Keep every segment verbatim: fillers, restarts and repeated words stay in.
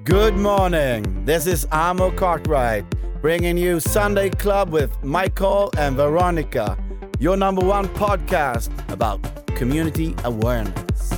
Good morning. This is Amo Cartwright bringing you Sunday Club with Michael and Veronica, your number one podcast about community awareness.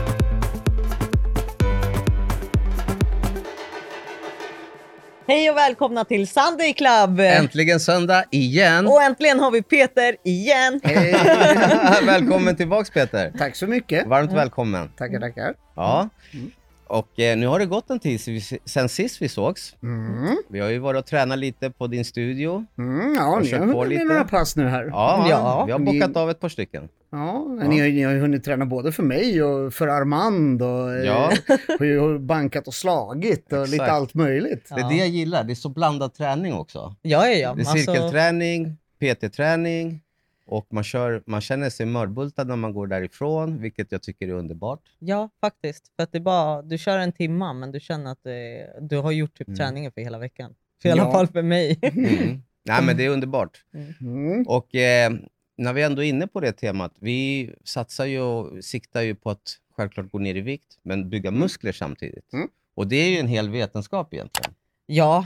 Hej och välkomna till Sunday Club. Äntligen söndag igen. Och äntligen har vi Peter igen. Hej. Välkommen tillbaks Peter. Tack så mycket. Varmt välkommen. Tackar, tackar. Ja. Och eh, nu har det gått en tid sen sist vi sågs. Mm. Vi har ju varit och tränat lite på din studio. Mm, ja, ni har hunnit med några pass nu här. Ja, Ja. vi har bockat av ett par stycken. Ja, ja. Ni, har, ni har ju hunnit träna både för mig och för Armand och Ja. eh, har bankat och slagit och Exakt. lite allt möjligt. Det är det jag gillar. Det är så blandad träning också. Ja, ja, ja. Det är Alltså, cirkelträning, P T-träning. Och man, kör, man känner sig mörbultad när man går därifrån, vilket jag tycker är underbart. ja, faktiskt. För att det är bara, du kör en timma men du känner att det, du har gjort typ Mm. träningen för hela veckan. För i alla Ja. fall för mig. Mm. Nej, men det är underbart. Mm. Och eh, när vi ändå är inne på det temat, vi satsar ju och siktar ju på att självklart gå ner i vikt, men bygga muskler samtidigt. Mm. Och det är ju en hel vetenskap egentligen. Ja,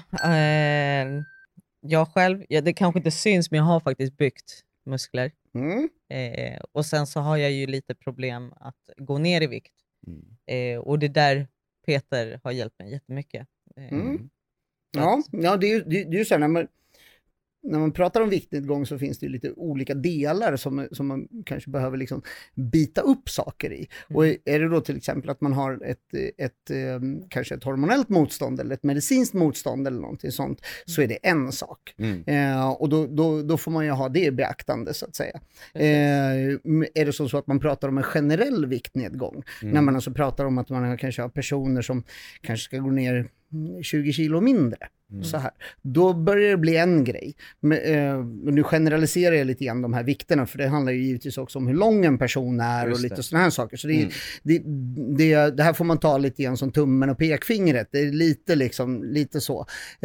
eh, jag själv, ja, det kanske inte syns men jag har faktiskt byggt muskler. Mm. Eh, och sen så har jag ju lite problem att gå ner i vikt. Mm. Eh, och det där Peter har hjälpt mig jättemycket. Eh, Mm. Ja, ja, det är ju det, det är ju så här, när man, när man pratar om viktnedgång så finns det ju lite olika delar som, som man kanske behöver liksom bita upp saker i. Mm. Och är det då till exempel att man har ett, ett, eh, kanske ett hormonellt motstånd eller ett medicinskt motstånd eller någonting sånt, så är det en sak. Mm. Eh, och då, då, då får man ju ha det i beaktande så att säga. Eh, är det så, så att man pratar om en generell viktnedgång, Mm. när man alltså pratar om att man kanske har personer som kanske ska gå ner tjugo kilo mindre, Mm. så här, då börjar det bli en grej. Men, eh, nu generaliserar jag lite grann de här vikterna, för det handlar ju givetvis också om hur lång en person är. Just och lite det. sådana här saker. Så det, är- Mm. det, det, det här får man ta lite grann som tummen och pekfingret. Det är lite liksom, lite så.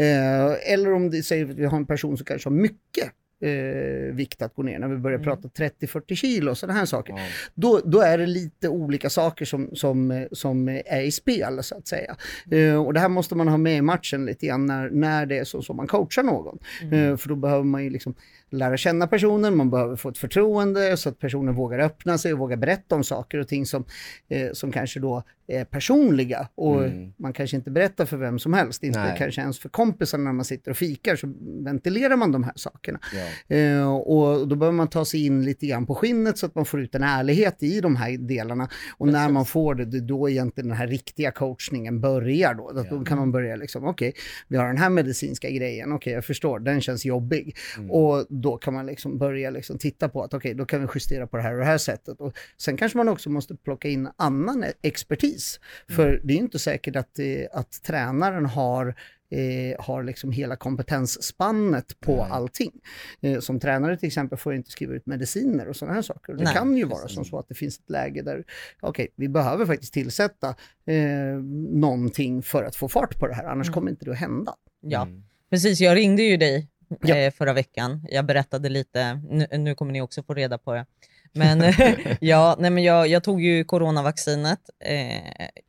Eh, eller om det säger att vi har en person som kanske har mycket eh, vikt att gå ner, när vi börjar Mm. prata trettio fyrtio kilo och sådana här saker. Ja. Då, då är det lite olika saker som, som, som är i spel så att säga. Eh, och det här måste man ha med i matchen lite grann när, när det är så som man coachar någon. Eh, för då behöver man ju liksom lära känna personen, man behöver få ett förtroende så att personen vågar öppna sig och vågar berätta om saker och ting som, eh, som kanske då är personliga. Och Mm. man kanske inte berättar för vem som helst, inte Nej. kanske ens för kompisar när man sitter och fikar, så ventilerar man de här sakerna. Ja. Eh, och då behöver man ta sig in lite grann på skinnet så att man får ut en ärlighet i de här delarna. Och när Precis. man får det, det är då egentligen den här riktiga coachningen börjar då. Att Ja. Då kan man börja liksom, okej, vi har den här medicinska grejen, okej jag förstår, den känns jobbig. Mm. Och då kan man liksom börja liksom titta på att okej, då kan vi justera på det här och det här sättet. Och sen kanske man också måste plocka in annan expertis. För det är ju inte säkert att, eh, att tränaren har Eh, har liksom hela kompetensspannet på Nej. allting. Eh, som tränare till exempel får jag inte skriva ut mediciner och sådana här saker. Och det Nej, kan ju precis. vara som så att det finns ett läge där okej, vi behöver faktiskt tillsätta eh, någonting för att få fart på det här, annars Mm. kommer inte det att hända. Ja, Mm. precis. Jag ringde ju dig Ja. eh, förra veckan. Jag berättade lite. Nu, nu kommer ni också få reda på det. Men, ja, nej, men jag, jag tog ju coronavaccinet eh,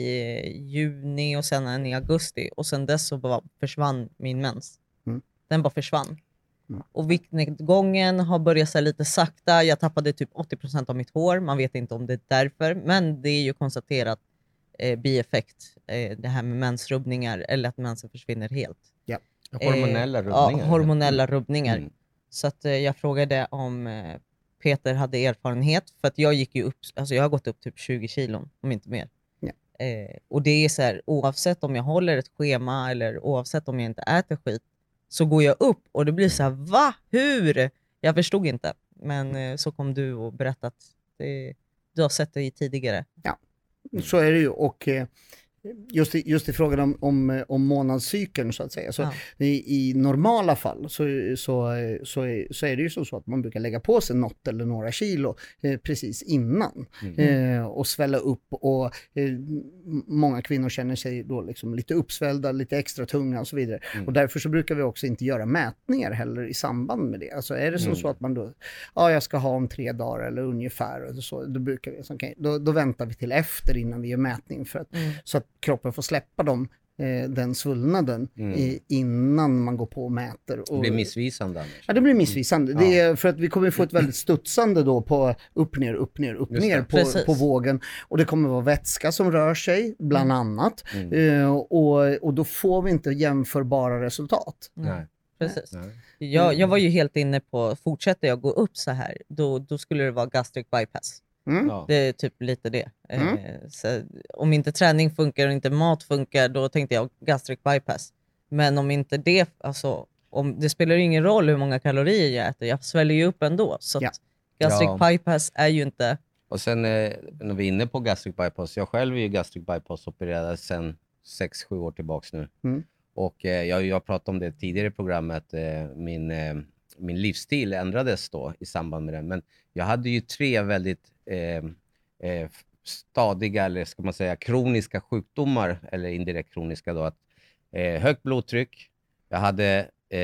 i juni och sen en i augusti. Och sen dess så bara försvann min mens. Mm. Den bara försvann. Mm. Och viktnedgången har börjat så här lite sakta. Jag tappade typ åttio procent av mitt hår. Man vet inte om det är därför. Men det är ju konstaterat eh, bieffekt. Eh, det här med mensrubbningar. Eller att mensen försvinner helt. Hormonella Eh, rubbningar. Ja, hormonella rubbningar. Mm. Så att, eh, jag frågade om eh, Peter hade erfarenhet. För att jag gick ju upp, alltså jag har gått upp typ tjugo kilon, om inte mer. Ja. Eh, och det är så här, oavsett om jag håller ett schema eller oavsett om jag inte äter skit, så går jag upp och det blir så här, va? Hur? Jag förstod inte. Men eh, så kom du och berättade att det, du har sett det i tidigare. Så är det ju. Och eh, just i, just i frågan om, om, om månadscykeln så att säga. Så Ja. i, i normala fall så, så, så, är, så är det ju så, så att man brukar lägga på sig något eller några kilo eh, precis innan. Mm. Eh, och svälla upp, och eh, många kvinnor känner sig då liksom lite uppsvällda, lite extra tunga och så vidare. Mm. Och därför så brukar vi också inte göra mätningar heller i samband med det. Alltså är det så, Mm. så att man då, ja jag ska ha om tre dagar eller ungefär, och så, då brukar vi, så, okay, då, då väntar vi till efter innan vi gör mätning, för att, Mm. så att kroppen får släppa de eh, den svullnaden mm. i, innan man går på och mäter. Och, det blir missvisande. Annars. Ja, det blir missvisande. Mm. Det är för att vi kommer få ett väldigt studsande då på upp, ner, upp, ner, upp, ner på, på vågen. Och det kommer vara vätska som rör sig, bland mm. annat. Mm. Eh, och, och då får vi inte jämförbara resultat. Mm. Nej. Precis. Nej. Jag, jag var ju helt inne på, fortsätter jag gå upp så här, då, då skulle det vara gastric bypass. Mm. Det är typ lite det. Mm. Eh, så om inte träning funkar och inte mat funkar, då tänkte jag gastric bypass. Men om inte det, alltså, om, det spelar ingen roll hur många kalorier jag äter, jag sväljer ju upp ändå. Så ja. gastric ja. bypass är ju inte... Och sen eh, när vi är inne på gastric bypass, jag själv är ju gastric bypass opererad sedan sex sju år tillbaks nu. Mm. Och eh, jag, jag pratade om det tidigare i programmet, eh, min, eh, min livsstil ändrades då i samband med det. Men jag hade ju tre väldigt eh, eh, stadiga, eller ska man säga kroniska sjukdomar, eller indirekt kroniska då. Att, eh, högt blodtryck, jag hade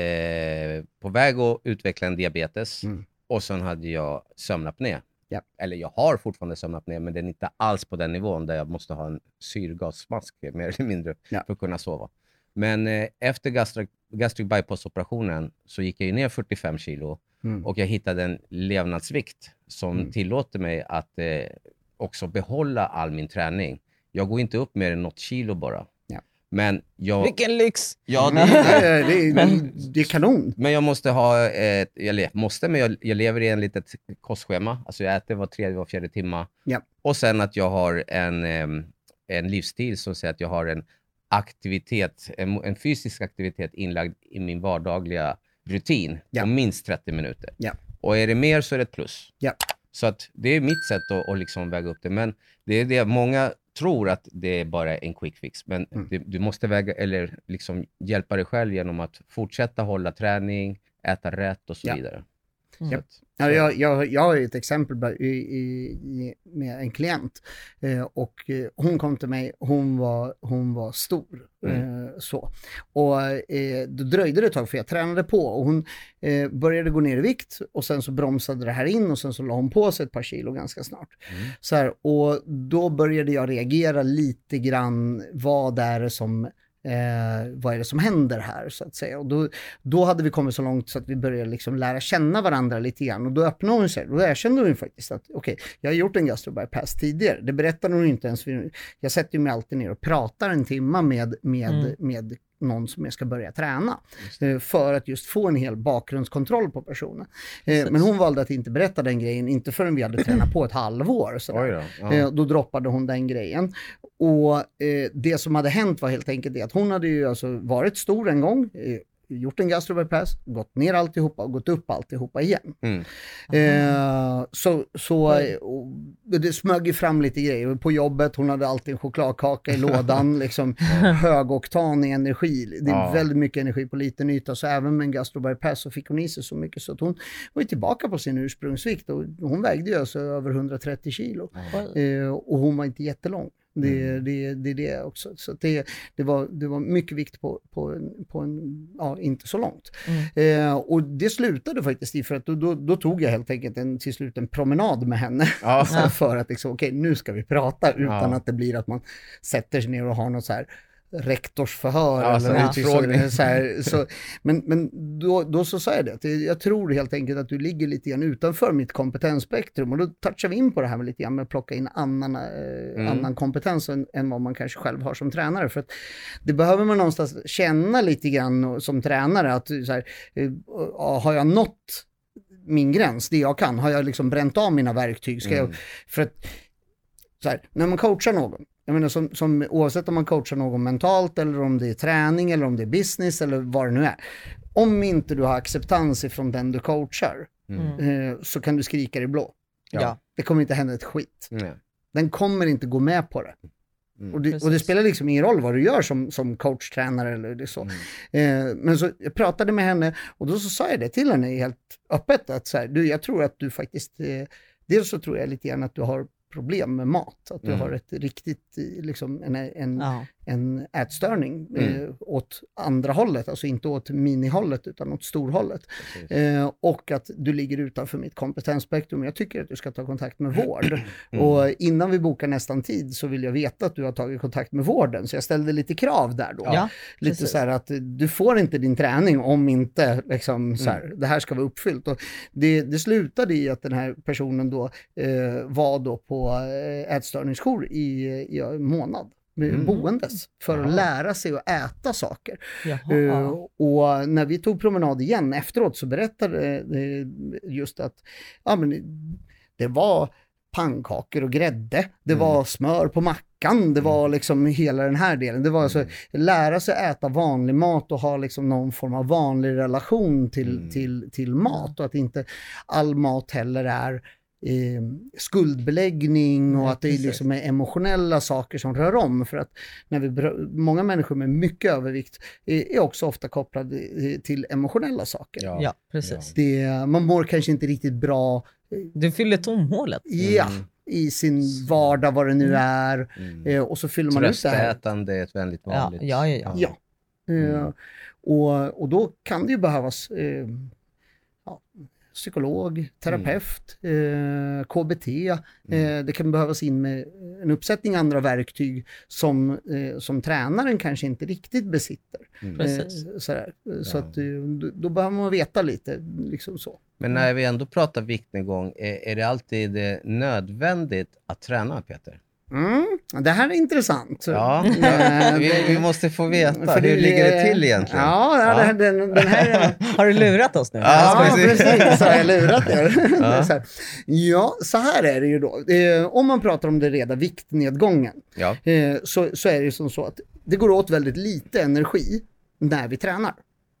eh, på väg att utveckla en diabetes mm. och sen hade jag sömnapné. Ja. Eller jag har fortfarande sömnapné, men den är inte alls på den nivån där jag måste ha en syrgasmask mer eller mindre ja. för att kunna sova. Men eh, efter gastric, gastric bypass-operationen så gick jag ju ner fyrtiofem kilo mm. och jag hittade en levnadsvikt som mm. tillåter mig att eh, också behålla all min träning. Jag går inte upp mer än något kilo bara. Ja. Men jag... Vilken lyx! Ja, det, det, det, det, det är kanon. Men jag måste ha, ett, jag måste, men jag, jag lever i en litet kostschema. Alltså jag äter var tredje, var fjärde timma. Ja. Och sen att jag har en, en livsstil som säger att jag har en aktivitet, en, en fysisk aktivitet inlagd i min vardagliga rutin ja. om minst trettio minuter. Ja. Och är det mer så är det ett plus. Ja. Så att det är mitt sätt att, att liksom väga upp det. Men det är det många tror att det är bara en quick fix. Men mm. det, du måste väga, eller liksom hjälpa dig själv genom att fortsätta hålla träning, äta rätt och så ja. vidare. Mm. Så att, ja, jag, jag, jag har ett exempel i, i, med en klient eh, och eh, hon kom till mig, hon var, hon var stor mm. eh, så. Och eh, då dröjde det ett tag för jag tränade på och hon eh, började gå ner i vikt och sen så bromsade det här in och sen så la hon på sig ett par kilo ganska snart. Mm. Så här, och då började jag reagera lite grann, vad är det som Eh, vad är det som händer här så att säga, och då, då hade vi kommit så långt så att vi började liksom lära känna varandra lite grann och då öppnade hon sig, och då erkände hon faktiskt att okej, okay, jag har gjort en gastrobypass tidigare, det berättade hon inte ens, jag sätter ju mig alltid ner och pratar en timma med, med, mm. med någon som jag ska börja träna eh, för att just få en hel bakgrundskontroll på personen. Eh, men hon valde att inte berätta den grejen, inte förrän vi hade tränat på ett halvår. Oj då. Ja. Eh, då droppade hon den grejen. Och eh, det som hade hänt var helt enkelt det att hon hade ju alltså varit stor en gång, eh, gjort en gastrobypass, gått ner alltihopa och gått upp alltihopa igen. Mm. Eh, så så och det smög ju fram lite grejer på jobbet. Hon hade alltid en chokladkaka i lådan, liksom högoktanig energi. Det är ja. väldigt mycket energi på liten yta, så även med en gastrobypass så fick hon i sig så mycket så att hon var tillbaka på sin ursprungsvikt och hon vägde ju alltså över hundratrettio kilo. Mm. Eh, och hon var inte jättelång. Det, mm. det, det är det också. Så det, det, var, det var mycket vikt på, på, en, på en, ja, inte så långt. Mm. Eh, och det slutade faktiskt i, för att då, då, då tog jag helt enkelt en, till slut en promenad med henne. Ja. För att liksom, okej, okay, nu ska vi prata utan ja. att det blir att man sätter sig ner och har något så här rektorsförhör ja, eller så, så här, så, men, men då, då så sa jag det, jag tror helt enkelt att du ligger lite grann utanför mitt kompetensspektrum, och då touchar vi in på det här med lite grann med att plocka in annan, mm. annan kompetens än, än vad man kanske själv har som tränare, för att det behöver man någonstans känna lite grann som tränare att så här, har jag nått min gräns, det jag kan, har jag liksom bränt av mina verktyg, ska mm. jag, för att så här, när man coachar någon, jag menar som, som, oavsett om man coachar någon mentalt eller om det är träning eller om det är business eller vad det nu är. Om inte du har acceptans ifrån den du coachar mm. eh, så kan du skrika i blå. Ja. Det kommer inte hända ett skit. Mm. Den kommer inte gå med på det. Mm. Och, det och det spelar liksom ingen roll vad du gör som, som coach-tränare eller det så. Mm. Eh, men så jag pratade med henne och då så sa jag det till henne helt öppet att så här, du, jag tror att du faktiskt, eh, dels så tror jag lite grann att du har problem med mat. Att du mm. har ett riktigt, liksom, en, en, ja. en ätstörning Mm. eh, åt andra hållet, alltså inte åt minihållet utan åt storhållet. Eh, och att du ligger utanför mitt kompetensspektrum. Jag tycker att du ska ta kontakt med vård. Mm. Och innan vi bokar nästan tid så vill jag veta att du har tagit kontakt med vården. Så jag ställde lite krav där då. Ja, lite precis. så här att du får inte din träning om inte liksom, så här, Mm. det här ska vara uppfyllt. Och det, det slutade i att den här personen då eh, var då på eh, ätstörningsjour i, i en månad. Mm. boendes för Ja. att lära sig att äta saker. Jaha. Uh, och när vi tog promenad igen efteråt så berättade uh, just att ja, men, det var pannkakor och grädde, det Mm. var smör på mackan, det var liksom hela den här delen. Det var alltså lära sig äta vanlig mat och ha liksom någon form av vanlig relation till, Mm. till, till mat och att inte all mat heller är Eh, skuldbeläggning och Nej, att det är precis. liksom är emotionella saker som rör om, för att när vi, br- många människor med mycket övervikt eh, är också ofta kopplade eh, till emotionella saker. Ja. Ja, precis. Det, man mår kanske inte riktigt bra Du fyller tomhålet. ja, Mm. i sin vardag, vad det nu är, Mm. eh, och så fyller man ut det här. Tröstätande är ett väldigt Ja, vanligt. ja, ja, ja. Ja. Eh, och, och då kan det ju behövas eh, ja, psykolog, terapeut, eh, K B T. Eh, det kan behövas in med en uppsättning andra verktyg som, eh, som tränaren kanske inte riktigt besitter. Mm. Precis. Eh, sådär. Så Ja. att, eh, då, då behöver man veta lite. Liksom så. Men när vi ändå pratar viktnedgång, är, är det alltid eh, nödvändigt att träna, Peter? Mm, det här är intressant. Ja, Eh, vi, det- vi måste få veta. för Hur det- ligger det till egentligen? Ja, ja, Ja. Den, den, den här... Har du lurat oss nu? Ja, Ja, precis. precis. Så har jag lurat er. Ja. så här. Ja, så här är det ju då. Eh, om man pratar om det reda viktnedgången Ja. eh, så, så är det ju som så att det går åt väldigt lite energi när vi tränar.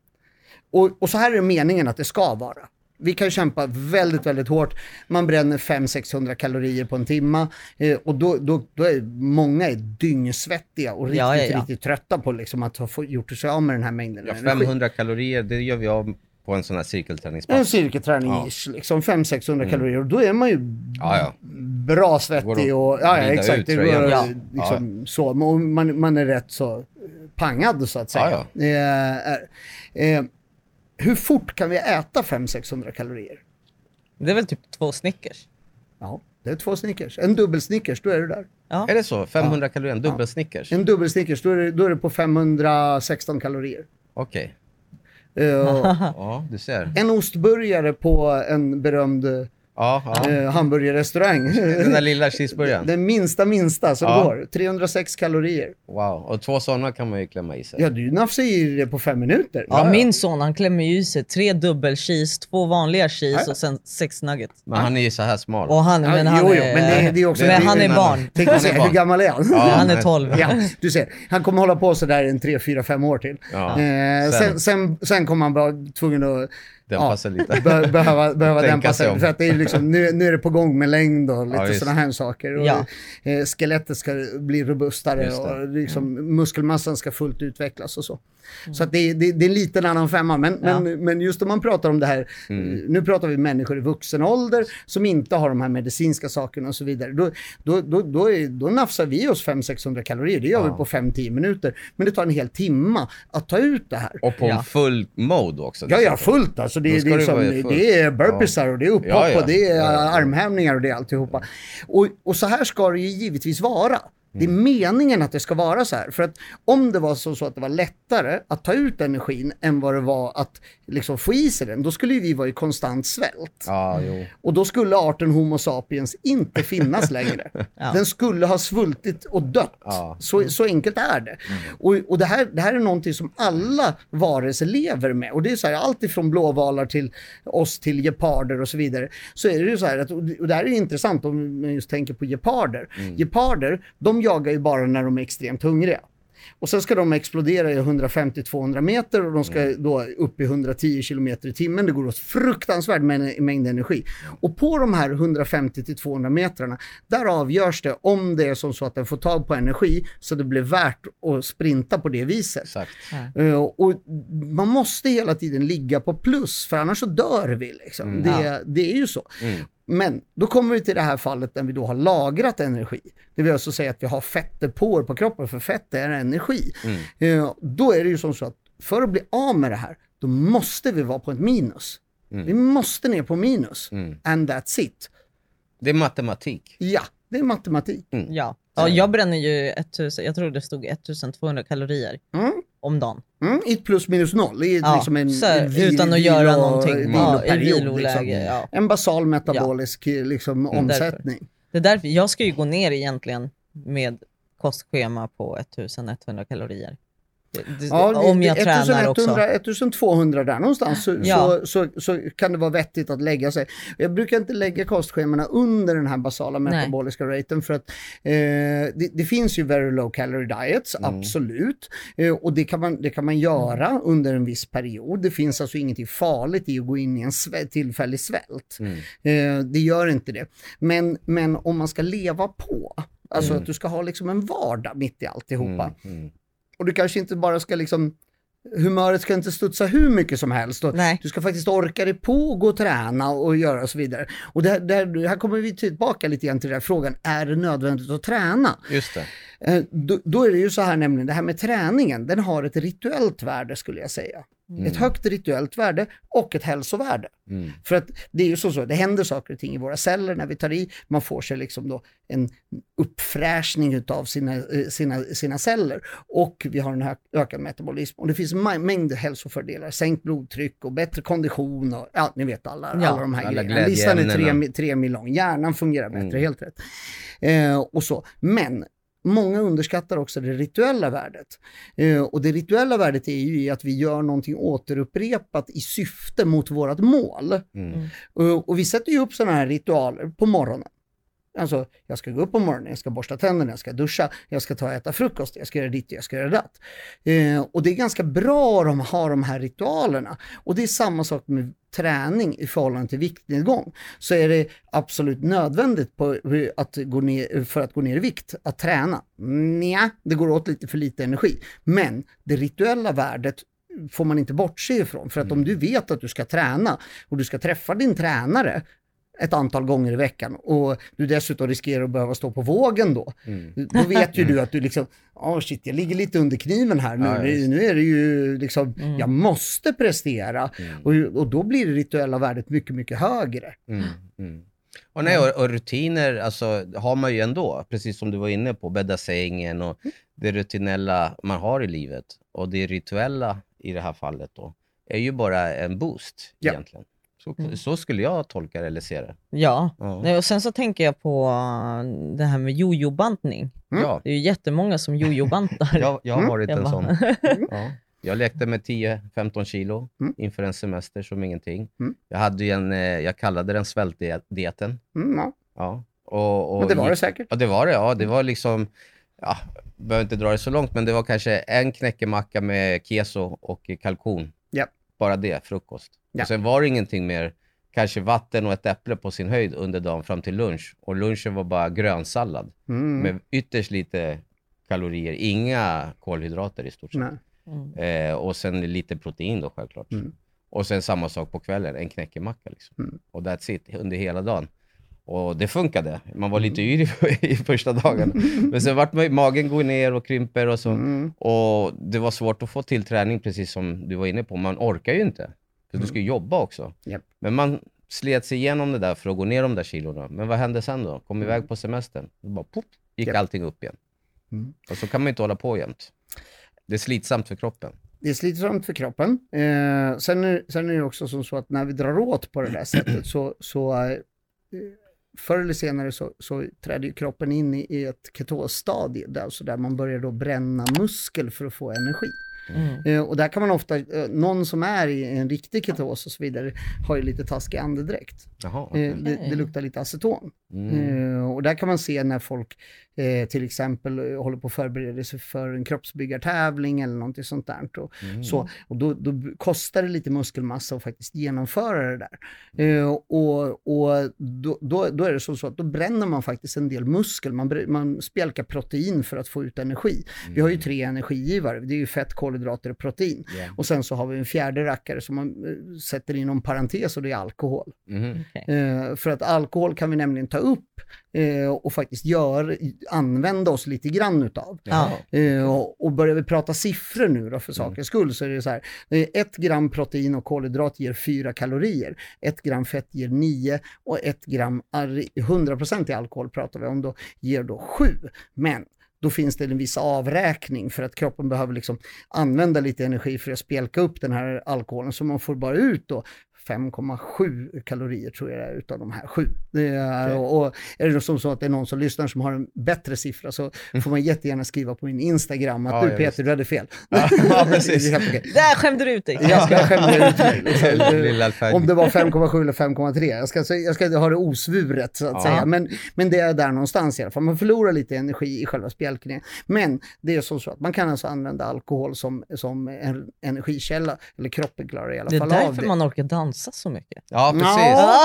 Och, och så här är det meningen att det ska vara. Vi kan kämpa väldigt, väldigt hårt. Man bränner fem till sexhundra kalorier på en timma. Eh, och då, då, då är många är dyngsvettiga och riktigt, Ja, ja, ja. riktigt trötta på liksom att ha få, gjort sig av med den här mängden Ja, energi. femhundra kalorier, det gör vi av på en sån här En cirkelträningspass. cirkelträning Ja. ish, liksom fem till sexhundra kalorier. Och då är man ju Ja, ja. bra Går svettig att och ja, ja vrida exakt. ut Det går, tröjan. Ja. liksom, så. Man, man är rätt så pangad så att säga. Ja, Eh, eh, hur fort kan vi äta fem till sexhundra kalorier? Det är väl typ två Snickers? Ja, det är två Snickers. En dubbel Snickers, då är du där. Ja. Är det så? femhundra kalorier, en dubbel Snickers? En dubbel Snickers, då är det, då är det på femhundrasexton kalorier. Okej. Eh, Ja, du ser. en ostburgare på en berömd Ja, ja. eh, hamburgerrestaurang. Den där lilla cheeseburgaren. Den minsta minsta som Ja. går. trehundrasex kalorier. Wow. Och två sådana kan man ju klämma i sig. Ja, du nafsar i det på fem minuter. Ja, ja. min son han klämmer ju i sig tre dubbel cheese, två vanliga cheese Ja, ja. och sen sex nuggets. Men han är ju så här smal. Och han, Ja, men han jo, jo, är, men det- det är också- men det- han det- är barn. Tänk att Han är se, barn. hur gammal är han? Ja, han är nej. tolv. Ja, du ser. Han kommer hålla på så där en tre, fyra, fem år till. Ja. Eh, Sen- sen, sen, sen kommer han bara tvungen att Dämpa sig lite. be, behöva, behöva Tänka dämpa sig sig. om. För att det är liksom, nu, nu är det på gång med längd och lite Ja, just. sådana här saker. Och, Ja. eh, skelettet ska bli robustare Just det. och liksom, muskelmassan ska fullt utvecklas och så. Så att det, är- det, det är en liten annan femma. Men, Ja. men, men just om man pratar om det här, Mm. nu pratar vi människor i vuxen ålder som inte har de här medicinska sakerna och så vidare. Då, då, då, då, är, då nafsar vi oss fem till sexhundra kalorier. Det gör Ja. vi på fem till tio minuter. Men det tar en hel timma att ta ut det här. Och på Ja. en full mode också. Ja, ja, fullt alltså. Det, Då det, ska är, det liksom, vara det, fullt. det är burpeesar och det är upphopp Ja, ja. och det är Ja, ja, ja. armhävningar och det är alltihopa. Och, och så här ska det ju givetvis vara. Det är Mm. meningen att det ska vara så här. För att om det var så, så att det var lättare att ta ut energin än vad det var att liksom få i sig den, då skulle ju vi vara i konstant svält. Ja, jo. Och då skulle arten Homo sapiens inte finnas längre. Ja. Den skulle ha svultit och dött. Ja. Så, så enkelt är det. Och, och det, här, det här är någonting som alla varelser lever med. Och det är så här, allt ifrån blåvalar till oss till geparder och så vidare. Så är det ju så här, att, och det här är intressant om man just tänker på geparder. Geparder, de jagar ju bara när de är extremt hungriga. Och sen ska de explodera i hundrafemtio till tvåhundra meter och de ska Mm. då upp i hundratio kilometer i timmen. Det går åt fruktansvärd mängd, mängd energi. Och på de här hundrafemtio till tvåhundra metrarna, där avgörs det om det är som så att den får tag på energi så det blir värt att sprinta på det viset. Exakt. Uh, och man måste hela tiden ligga på plus, för annars så dör vi. Liksom. Mm. Det, Ja. det är ju så. Mm. Men då kommer vi till det här fallet när vi då har lagrat energi. Det vill alltså säga att vi har fettdepåer på kroppen, för fett är energi. Mm. Eh, då är det ju som så att för att bli av med det här, då måste vi vara på ett minus. Mm. Vi måste ner på minus. Mm. And that's it. Det är matematik. Ja, det är matematik. Mm. Ja. ja, jag bränner ju tusen, jag tror det stod ettusentvåhundra kalorier mm. om dagen. Mm, ett plus minus noll. Det är ja, liksom en, så, en vil, utan att göra någonting. Ja, i viloläge. Liksom. Ja. En basal metabolisk ja. liksom, mm, omsättning. Därför. Det är därför jag ska ju gå ner egentligen med kostschema på ettusenetthundra kalorier. Det, ja, om jag tränar också. ettusentvåhundra där någonstans så, ja. så, så, så kan det vara vettigt att lägga sig. Jag brukar inte lägga kostschemarna under den här basala metaboliska Nej. raten för att eh, det, det finns ju very low calorie diets, mm. absolut. Eh, och det kan man, det kan man göra mm. under en viss period. Det finns alltså ingenting farligt i att gå in i en sve- tillfällig svält. Mm. Eh, det gör inte det. Men, men om man ska leva på, alltså mm. att du ska ha liksom en vardag mitt i alltihopa. Mm. Mm. Och du kanske inte bara ska liksom, humöret ska inte studsa hur mycket som helst. Och du ska faktiskt orka dig på och gå och träna och göra och så vidare. Och det här, det här, här kommer vi tillbaka lite grann till den här frågan, är det nödvändigt att träna? Just det. Då, då är det ju så här nämligen, det här med träningen, den har ett rituellt värde skulle jag säga. Mm. Ett högt rituellt värde och ett hälsovärde. Mm. För att det är ju så, så, det händer saker och ting i våra celler när vi tar i. Man får sig liksom då en uppfräschning av sina, sina, sina celler. Och vi har en hö- ökad metabolism. Och det finns en mängd hälsofördelar. Sänkt blodtryck och bättre kondition. Och, ja, ni vet alla, ja, alla de här alla grejerna. Listan är tre, tre mil lång. Hjärnan fungerar bättre, mm. helt rätt. Eh, och så. Men många underskattar också det rituella värdet. Eh, och det rituella värdet är ju i att vi gör någonting återupprepat i syfte mot vårt mål. Mm. Och, och vi sätter ju upp sådana här ritualer på morgonen. Alltså, jag ska gå upp på morgonen, jag ska borsta tänderna, jag ska duscha, jag ska ta och äta frukost, jag ska göra ditt, jag ska göra datt. Eh, och det är ganska bra att ha de här ritualerna. Och det är samma sak med träning i förhållande till viktnedgång. Så är det absolut nödvändigt på att gå ner, för att gå ner i vikt, att träna. Nja, det går åt lite för lite energi. Men det rituella värdet får man inte bortse ifrån. För att om du vet att du ska träna och du ska träffa din tränare ett antal gånger i veckan och du dessutom riskerar att behöva stå på vågen då. Mm. Då vet ju du att du liksom, ja oh shit, jag ligger lite under kniven här nu. Ja, nu är det ju liksom, mm. jag måste prestera. Mm. Och, och då blir det rituella värdet mycket, mycket högre. Mm. Mm. Och, nej, och, och rutiner, alltså har man ju ändå, precis som du var inne på, bädda sängen och det rutinella man har i livet. Och det rituella i det här fallet då, är ju bara en boost ja. egentligen. Så, mm. så skulle jag tolka det eller se det. Ja, ja. Och sen så tänker jag på det här med jojo-bantning. Mm. Ja. Det är ju jättemånga som jojo-bantar. jag, jag har varit mm. en sån. Ja. Jag lekte med tio femton kilo mm. inför en semester som ingenting. Mm. Jag hade ju en, jag kallade den svältdieten. Mm, ja. Ja. Och, och men det var det säkert. Ja, det var det. Ja, det var liksom, ja, behöver inte dra det så långt, men det var kanske en knäckemacka med keso och kalkon. Ja. Bara det, frukost. Ja. Och sen var det ingenting mer, kanske vatten och ett äpple på sin höjd under dagen fram till lunch. Och lunchen var bara grönsallad mm. med ytterst lite kalorier, inga kolhydrater i stort sett. Mm. Eh, och sen lite protein då självklart. Mm. Och sen samma sak på kvällen, en knäckemacka liksom. Mm. Och that's it, under hela dagen. Och det funkade. Man var lite yr i, i första dagen. Men sen vart magen går ner och krymper och så. Mm. Och det var svårt att få till träning, precis som du var inne på. Man orkar ju inte. För mm. du ska jobba också. Yep. Men man slet sig igenom det där för att gå ner de där kilorna. Men vad hände sen då? Kom iväg på semestern. Och bara pop, gick yep. allting upp igen. Mm. Och så kan man inte hålla på jämt. Det är slitsamt för kroppen. Det är slitsamt för kroppen. Eh, sen, är, sen är det också som så att när vi drar åt på det där sättet så... så eh, förr eller senare så, så träder ju kroppen in i, i ett ketosstadie där, så där man börjar då bränna muskel för att få energi. Mm. Eh, och där kan man ofta, eh, någon som är i en riktig ketos och så vidare har ju lite taskig andedräkt. Jaha, okay. eh, det, det luktar lite aceton. Mm. Eh, och där kan man se när folk eh, till exempel eh, håller på att förbereda sig för en kroppsbyggartävling eller någonting sånt där. Och, Mm. så, och då, då kostar det lite muskelmassa att faktiskt genomföra det där. Eh, och och då, då, då är det så, så att då bränner man faktiskt en del muskel. Man, br- man spjälkar protein för att få ut energi. Mm. Vi har ju tre energigivare. Det är ju fett, kolhydrater och protein. Yeah. Och sen så har vi en fjärde rackare som man eh, sätter in en parentes och det är alkohol. Mhm. Okej. Eh, för att alkohol kan vi nämligen ta upp eh, och faktiskt gör, använda oss lite grann utav. Ja. Eh, och, och börjar vi prata siffror nu då för sakens skull så är det så här. Eh, ett gram protein och kolhydrat ger fyra kalorier. Ett gram fett ger nio och ett gram ar- hundra procent i alkohol pratar vi om då ger då sju. Men då finns det en viss avräkning för att kroppen behöver liksom använda lite energi för att spjälka upp den här alkoholen så man får bara ut då fem komma sju kalorier tror jag det är utav de här sju. Det är, Okej. och, och är det som så att det är någon som lyssnar som har en bättre siffra så får man jättegärna skriva på min Instagram att Ja, du ja, Peter, visst. du hade fel. Ja, precis. Det är helt okej. Där skämde du ut dig. Jag ska skämma ut mig. liksom. Lilla alfärg. Om det var fem komma sju eller fem komma tre. Jag ska, jag ska ha det osvuret så att Ja. säga. Men, men det är där någonstans i alla fall. Man förlorar lite energi i själva spjälkningen. Men det är så, så att man kan alltså använda alkohol som, som en energikälla. Eller kroppen klarar i alla Det är fall av därför det. man orkar dansa så mycket. Ja, precis. Ja,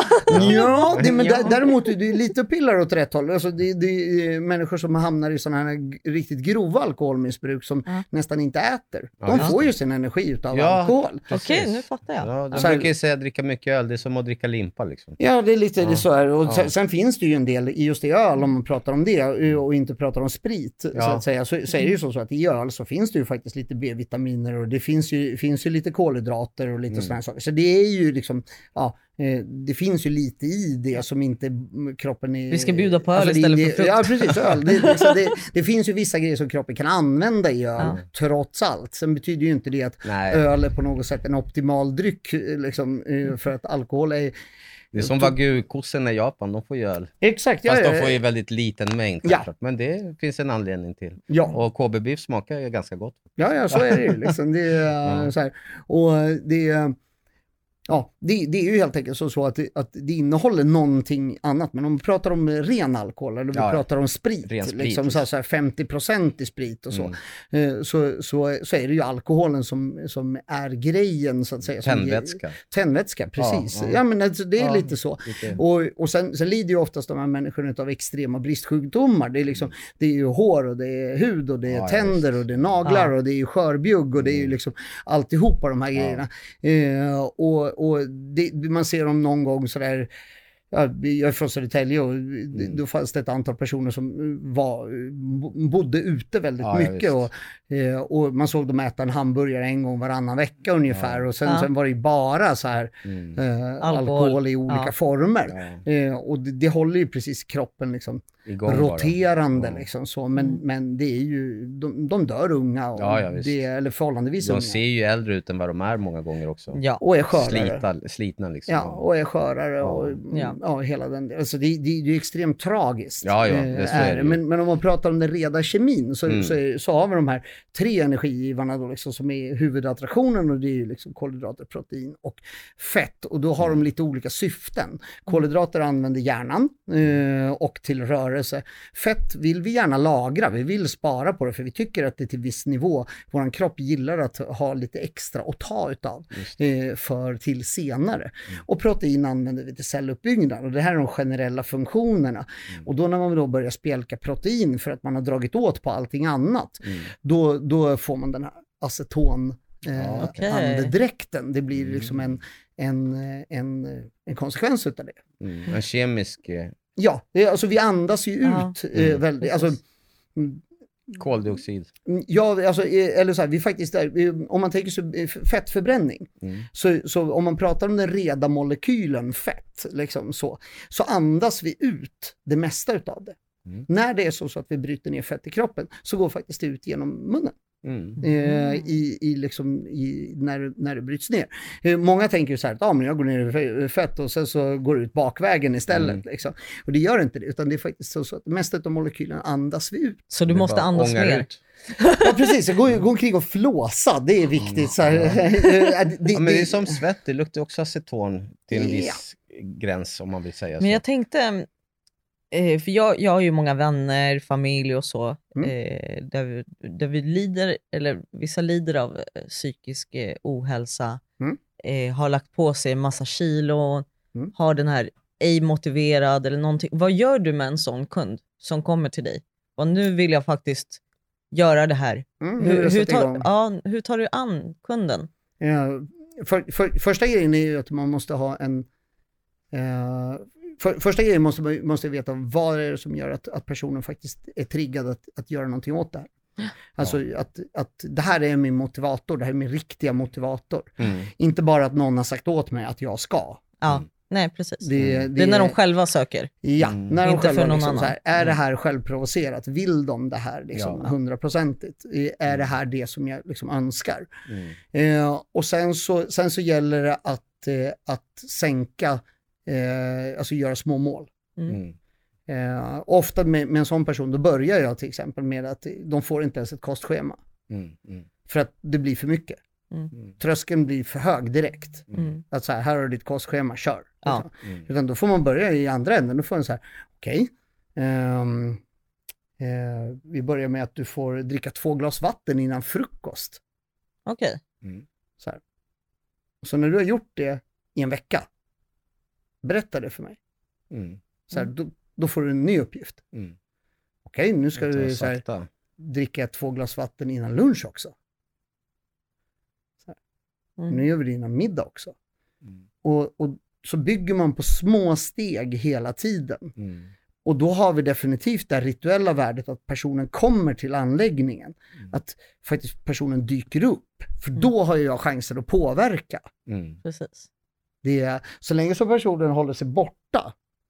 ja det, men Ja. dä- däremot är det lite pillar åt rätt håll. Alltså det, det är människor som hamnar i sådana här g- riktigt grova alkoholmissbruk som Ja. nästan inte äter. Ja, De just får ju sin energi utav Ja. alkohol. Precis. Okej, nu fattar jag. Ja, de Så här- brukar ju säga att dricka mycket öl, det är som att dricka limpa liksom. Ja, det är lite Ja. det så här. Och Ja. sen, sen finns det ju en del i just i öl, om man pratar om det och inte pratar om sprit, så Ja. att säga. Så, så är det ju så, så att i öl så finns det ju faktiskt lite B-vitaminer och det finns ju, finns ju lite kolhydrater och lite Mm. sådana saker. Så det är ju liksom, ja, eh, det finns ju lite i det som inte mm, kroppen är... Vi ska bjuda på öl det- istället det, för frukt. Ja, precis. Öl. Det, liksom, det, det finns ju vissa grejer som kroppen kan använda i öl, Ja. trots allt. Sen betyder ju inte det att Nej, öl är på något sätt en optimal dryck, eh, liksom, eh, för att alkohol är... det är som wagyu-kossorna i Japan, de får ju öl. Exakt, ja, Fast ja, de får ju väldigt liten mängd, Ja. självklart. Men det finns en anledning till. ja. Och K B-biff smakar ju ganska gott. Ja, ja, så är det ju. Liksom. Det, är, Ja. så här. Och det, är- ja, det, det är ju helt enkelt så, så att, det, att det innehåller någonting annat. Men om vi pratar om ren alkohol eller vi Ja, ja. pratar om sprit, Ren sprit, liksom, så här, så här femtio procent i sprit och så, Mm. eh, så, så, så är det ju alkoholen som, som är grejen så att säga. som ger- Tändvätska. Tändvätska, precis. Ja, Ja, ja. men alltså, det är Ja. lite så. Lite. Och, och sen, sen lider ju oftast de här människorna av extrema bristsjukdomar. Det är, liksom, det är ju hår och det är hud och det är Ja, ja, tänder visst. och det är naglar Ja. och det är ju skörbjugg och det är ju Mm. liksom alltihopa de här Ja. grejerna. Eh, och och det, man ser dem någon gång sådär. Ja, jag är från Södertälje och Mm. då fanns det ett antal personer som var, bodde ute väldigt Ja, ja, mycket visst. och, eh, och man såg dem äta en hamburgare en gång varannan vecka ungefär Ja. och sen, Ja. sen var det ju bara så här Mm. eh, Alkohol. alkohol i olika Ja. former. Ja. Eh, och det, det håller ju precis kroppen liksom Igång bara. roterande Ja. liksom så, men, Mm. men det är ju, de, de dör unga och Ja, ja, visst. det, eller förhållandevis De unga. ser ju äldre ut än vad de är många gånger också. Ja. Och är skörare. Slita, slitna liksom. Ja, och är skörare och Ja. ja. hela den delen. Alltså det, det, det är extremt tragiskt. Ja, ja, eh, det så är det ju. men, men om man pratar om den reda kemin så, Mm. så, är, så har vi de här tre energigivarna då liksom som är huvudattraktionen och det är ju liksom kolhydrater, protein och fett. Och då har Mm. de lite olika syften. Kolhydrater använder hjärnan eh, och till rörelse. Fett vill vi gärna lagra, vi vill spara på det för vi tycker att det till viss nivå, vår kropp gillar att ha lite extra att ta utav Just eh, för till senare. Mm. Och protein använder vi till celluppbyggnad och det här är de generella funktionerna. Mm. Och då när man då börjar spjälka protein för att man har dragit åt på allting annat, Mm. då, då får man den här aceton eh, Ja, okej. andedräkten. Det blir Mm. liksom en, en, en, en konsekvens utav det. Mm. En kemisk eh, Ja, det, är- alltså vi andas ju Ja. ut eh, Mm. väldigt, alltså mm, koldioxid. ja, alltså, eh, eller så här, vi faktiskt där, eh, om man tänker så eh, fettförbränning, Mm. så, så om man pratar om den reda molekylen fett, liksom så, så andas vi ut det mesta utav det. Mm. När det är så, så att vi bryter ner fett i kroppen så går faktiskt det ut genom munnen. Mm. Eh, i, i liksom, i, när, när det bryts ner. Eh, många tänker ju så här att ah, men jag går ner i fe- fett och sen så går det ut bakvägen istället. Mm. Liksom. Och det gör inte det, utan det är faktiskt så, så att mesta av molekylen andas vi ut. Så du Det måste bara andas ångar mer. ut. Ja precis, gå, gå omkring och flåsa, det är viktigt. Så här. det, Ja, men det är som svett, det luktar också aceton till en Ja. viss gräns om man vill säga så. Men jag tänkte, Eh, för jag, jag har ju många vänner, familj och så, Mm. eh, där, vi, där vi lider, eller vissa lider av eh, psykisk eh, ohälsa, Mm. eh, har lagt på sig en massa kilon, Mm. har den här ej motiverad eller någonting. Vad gör du med en sån kund som kommer till dig? Och nu vill jag faktiskt göra det här. Mm, hur, jag hur, sätter tar, igång. ja, hur tar du an kunden? Eh, för, för, första grejen är ju att man måste ha en... Eh, för, första grejen måste man måste veta vad är det som gör att, att personen faktiskt är triggad att, att göra någonting åt det här. Alltså ja. att, att det här är min motivator, det här är min riktiga motivator. Mm. Inte bara att någon har sagt åt mig att jag ska. Ja, Mm. nej precis. Det, Det, det är när de själva söker. Ja, Mm. när de Inte själva för någon liksom så här, annan. är det här självprovocerat? Vill de det här liksom Ja. hundraprocentigt? Är det här det som jag liksom önskar? Mm. Eh, och sen så, sen så gäller det att, eh, att sänka, eh, alltså göra små mål. Mm. Mm. Eh, ofta med, med en sån person, då börjar jag till exempel med att de får inte ens ett kostschema. Mm. Mm. För att det blir för mycket. Mm. Tröskeln blir för hög direkt. Mm. Att så här, här har du ditt kostschema, kör. Ja. Mm. Utan då får man börja i andra änden. Då får man så här, okej. ehm, eh, vi börjar med att du får dricka två glas vatten innan frukost. Okej. Mm. Så här. Och så när du har gjort det i en vecka, berätta det för mig. Mm. Så här, Mm. då, då får du en ny uppgift. Mm. Okej, nu ska Ta du så här, sakta. dricka två glas vatten innan lunch också. Mm. Nu gör vi det innan middag också. Mm. Och, och så bygger man på små steg hela tiden. Mm. Och då har vi definitivt det rituella värdet att personen kommer till anläggningen. Mm. Att faktiskt personen dyker upp. För Mm. då har jag chansen att påverka. Mm. Precis. Det är, så länge som personen håller sig borta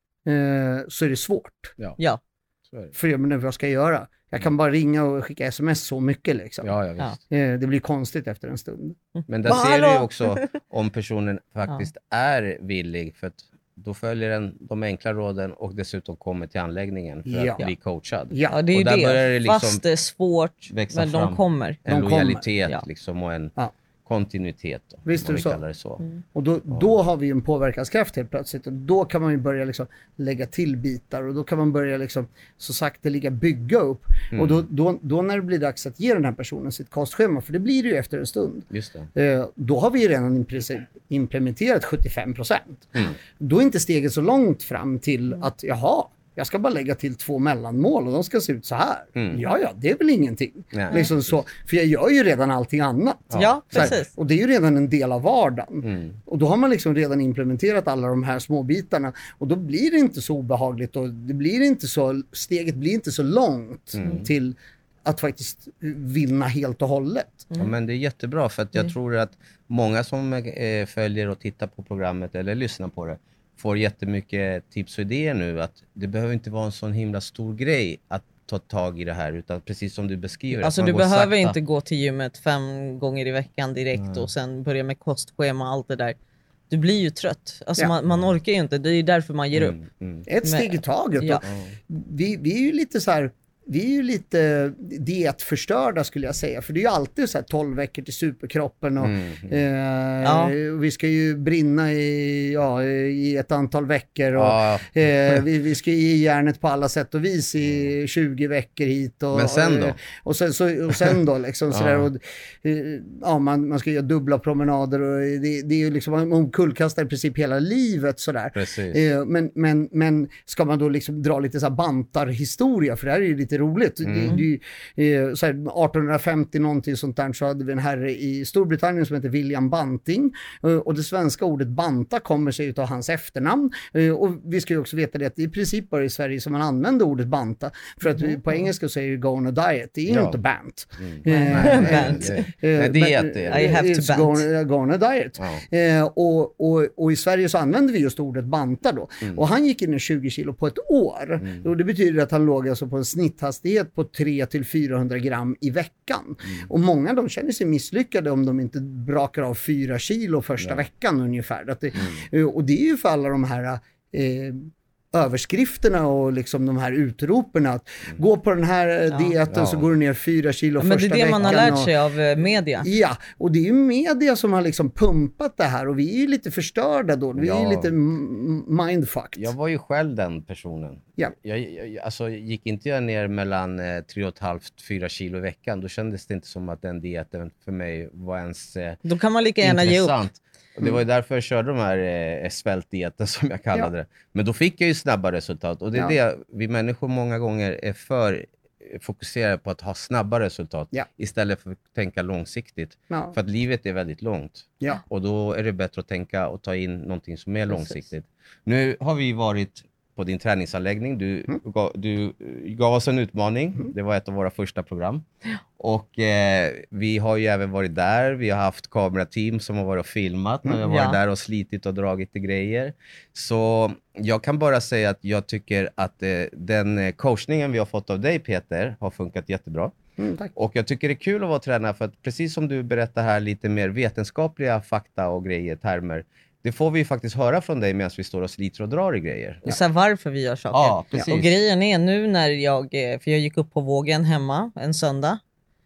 eh, så är det svårt. Ja, Ja. så är det. För jag menar, vad ska jag göra? Jag kan bara ringa och skicka sms så mycket liksom. Ja, ja, visst. Ja. Eh, det blir konstigt efter en stund. Men där Va, ser du ju hallå? också om personen faktiskt är villig, för att då följer den de enkla råden och dessutom kommer till anläggningen för Ja. att bli coachad. Ja, Ja, det är Och ju där börjar det. det liksom Fast det är svårt, växa men de fram. kommer. En De lojalitet Ja. liksom och en Ja. kontinuitet då, Visst om är vi det så. kallar det så. Mm. Och då, då har vi ju en påverkanskraft helt plötsligt. Och då kan man ju börja liksom lägga till bitar. Och då kan man börja liksom så sakteliga bygga upp. Mm. Och då, då, då när det blir dags att ge den här personen sitt kostschema, för det blir det ju efter en stund. Just det. Eh, då har vi ju redan i princip implementerat sjuttiofem procent. Mm. Då är inte steget så långt fram till att, jaha, jag ska bara lägga till två mellanmål och de ska se ut så här. Mm. Ja, ja, det är väl ingenting. Nej. Liksom så, för jag gör ju redan allting annat. Ja, Så här, precis. och det är ju redan en del av vardagen. Mm. Och då har man liksom redan implementerat alla de här små bitarna. Och då blir det inte så obehagligt och det blir inte så, steget blir inte så långt Mm. till att faktiskt vinna helt och hållet. Ja, men det är jättebra, för att jag Mm. tror att många som eh, följer och tittar på programmet eller lyssnar på det får jättemycket tips och idéer nu, att det behöver inte vara en sån himla stor grej att ta tag i det här, utan precis som du beskriver. Alltså att man du går behöver sakta. inte gå till gymmet fem gånger i veckan direkt Nej. och sen börja med kostschema och allt det där. Du blir ju trött. Alltså Ja. man, man orkar ju inte. Det är ju därför man ger upp. Mm, mm. Ett steg Men- i taget. Ja. Och vi, vi är ju lite så här, vi är ju lite dietförstörda skulle jag säga. För det är ju alltid så här tolv veckor till superkroppen och Mm, mm. eh, Ja. och vi ska ju brinna i, ja, i ett antal veckor. Och, Ja, eh, vi, vi ska ge järnet på alla sätt och vis i tjugo veckor hit. Och, Men sen då? Och, och, sen, så, och sen då liksom Ja. sådär. Och, eh, ja, man, man ska göra dubbla promenader och det, det är ju liksom, man omkullkastar i princip hela livet sådär. precis. Eh, Men, men, men ska man då liksom dra lite så här bantarhistoria, för det här är ju lite roligt. Mm. Det, det, är ju, eh, så här, arton femtio någonting sånt där, så hade vi en herre i Storbritannien som heter William Banting. Eh, Och det svenska ordet banta kommer sig utav hans efternamn. Eh, Och vi ska ju också veta det att det är i princip bara i Sverige som man använder ordet banta. För att vi, på engelska säger ju go on a diet, det är ju Ja. inte bant. Mm. Eh, Nej, Bant. det- Eh, Nej, det är men- det. I have to It's bant. Go, on- go on a diet. Ja. Eh, och, och, och i Sverige så använder vi just ordet banta då. Mm. Och han gick in i tjugo kilo på ett år. Mm. Och det betyder att han låg alltså på en snitthastighet på tre till fyrahundra gram i veckan. Mm. Och många de känner sig misslyckade om de inte brakar av fyra kilo första Ja. veckan ungefär. Att det, Mm. eh, och det är ju för alla de här eh, överskrifterna och liksom de här utropen att mm. gå på den här ja. dieten ja. så går du ner fyra kilo ja, första veckan. Men det är det man har lärt och, sig av media. Ja, och det är ju media som har liksom pumpat det här och vi är ju lite förstörda då. Vi ja. är ju lite mindfucked. Jag var ju själv den personen. Ja. Jag, jag, alltså, gick inte jag ner mellan eh, tre och ett halvt, fyra kilo i veckan, då kändes det inte som att den dieten för mig var ens eh, då kan man lika gärna ge upp. Och det var ju därför jag körde de här eh, svältdieten som jag kallade ja. det. Men då fick jag ju snabba resultat. Och det är ja. det vi människor många gånger är för fokuserade på att ha snabba resultat. Ja. Istället för att tänka långsiktigt. Ja. För att livet är väldigt långt. Ja. Och då är det bättre att tänka och ta in någonting som är Precis. långsiktigt. Nu har vi varit på din träningsanläggning. Du, mm. gav, du gav oss en utmaning. Mm. Det var ett av våra första program. Och eh, vi har ju även varit där. Vi har haft kamerateam som har varit och filmat. Mm. När vi har varit ja. där och slitit och dragit i grejer. Så jag kan bara säga att jag tycker att eh, den coachningen vi har fått av dig, Peter, har funkat jättebra. Mm, tack. Och jag tycker det är kul att vara tränare för att precis som du berättar här lite mer vetenskapliga fakta och grejer, termer. Det får vi ju faktiskt höra från dig medan vi står och sliter och drar i grejer. Ja. Så varför vi gör saker. Ja, precis. Och grejen är nu när jag, för jag gick upp på vågen hemma en söndag.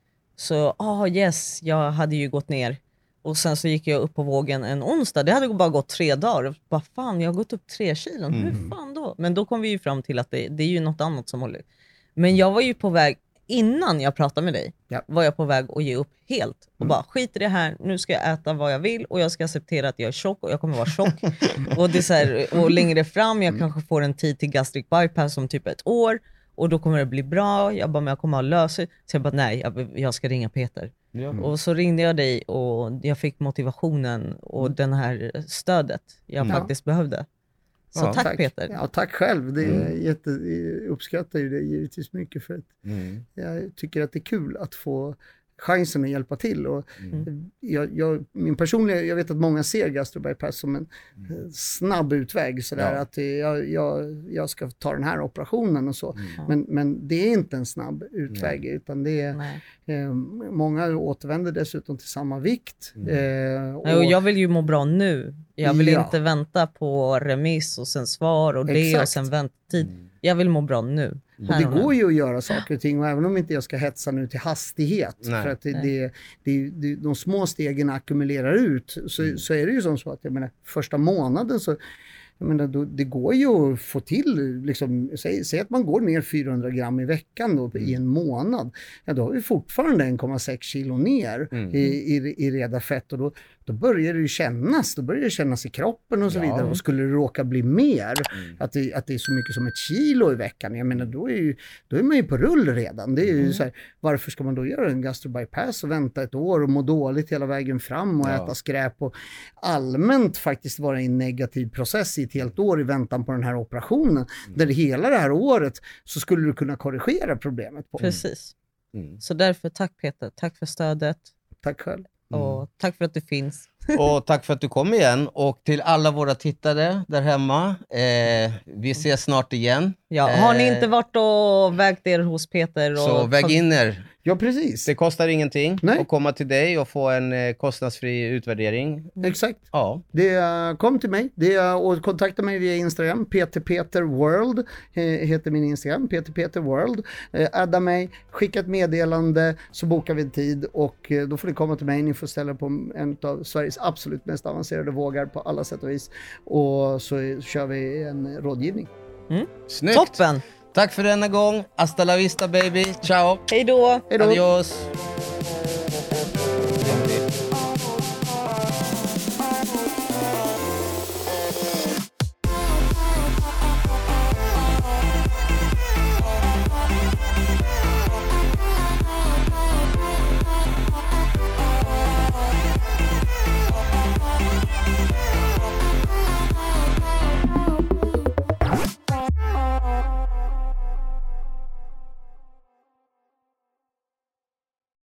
Så, ah oh yes, jag hade ju gått ner. Och sen så gick jag upp på vågen en onsdag. Det hade bara gått tre dagar. Bara fan, jag har gått upp tre kilon. Mm. Hur fan då? Men då kom vi ju fram till att det, det är ju något annat som håller. Men jag var ju på väg, innan jag pratade med dig, ja. var jag på väg att ge upp helt. Och mm. bara, skit i det här, nu ska jag äta vad jag vill och jag ska acceptera att jag är tjock och jag kommer vara tjock. och, det är så här, och längre fram, jag mm. kanske får en tid till gastric bypass om typ ett år. Och då kommer det bli bra. Jag bara, men jag kommer ha lösning. Så jag bara, nej, jag, jag ska ringa Peter. Mm. Och så ringde jag dig och jag fick motivationen och mm. den här stödet jag mm. faktiskt behövde. Så ja, tack, tack Peter. Ja, tack själv. Det är mm. jätte, jag uppskattar ju det givetvis mycket för att mm. jag tycker att det är kul att få chansen att hjälpa till. Och mm. jag, jag, min personliga, jag vet att många ser gastrobypass som en mm. snabb utväg. Sådär, ja. Att jag, jag, jag ska ta den här operationen och så. Mm. Men, men det är inte en snabb utväg. Mm. Utan det är, eh, många återvänder dessutom till samma vikt. Mm. Eh, och, och jag vill ju må bra nu. Jag vill ja. inte vänta på remiss och sen svar och det Exakt. och sen väntetid. Mm. Jag vill må bra nu. Och det går ju att göra saker och ting, och även om inte jag ska hetsa nu till hastighet, Nej. för att det, det, det, det, de små stegen ackumulerar ut, så, mm. så är det ju som så att jag menar, första månaden så jag menar, då, det går ju att få till, liksom, säg, säg att man går ner fyrahundra gram i veckan då, mm. i en månad, ja, då har vi fortfarande en komma sex kilo ner mm. i, i, i reda fett, och då, då börjar det ju kännas, då börjar det kännas i kroppen och så ja. vidare, och skulle det råka bli mer, mm. att, det, att det är så mycket som ett kilo i veckan, jag menar, då är, ju, då är man ju på rull redan, det är ju mm. så här, varför ska man då göra en gastrobypass och vänta ett år och må dåligt hela vägen fram och ja. äta skräp och allmänt faktiskt vara i en negativ process i ett helt år i väntan på den här operationen, mm. där hela det här året så skulle du kunna korrigera problemet på. Precis. Mm. Så därför tack Peter, tack för stödet. Tack själv. Mm. Och tack för att du finns. Och tack för att du kom igen. Och till alla våra tittare där hemma, eh, vi ses snart igen. Ja, har ni inte varit och vägt er hos Peter? Och så väg in er. Ja, precis. Det kostar ingenting Nej. att komma till dig och få en eh, kostnadsfri utvärdering. Exakt. Ja. Det är, kom till mig det är, och kontakta mig via Instagram. Peter Peter World eh, heter min Instagram. Peter Peter World. Eh, adda mig, skicka ett meddelande så bokar vi en tid och eh, då får ni komma till mig. Ni får ställa på en av Sveriges absolut mest avancerade vågar på alla sätt och vis. Och så kör vi en rådgivning. Mm. Snyggt. Toppen! Tack för denna gång. Hasta la vista baby. Ciao. Hej då. Adios.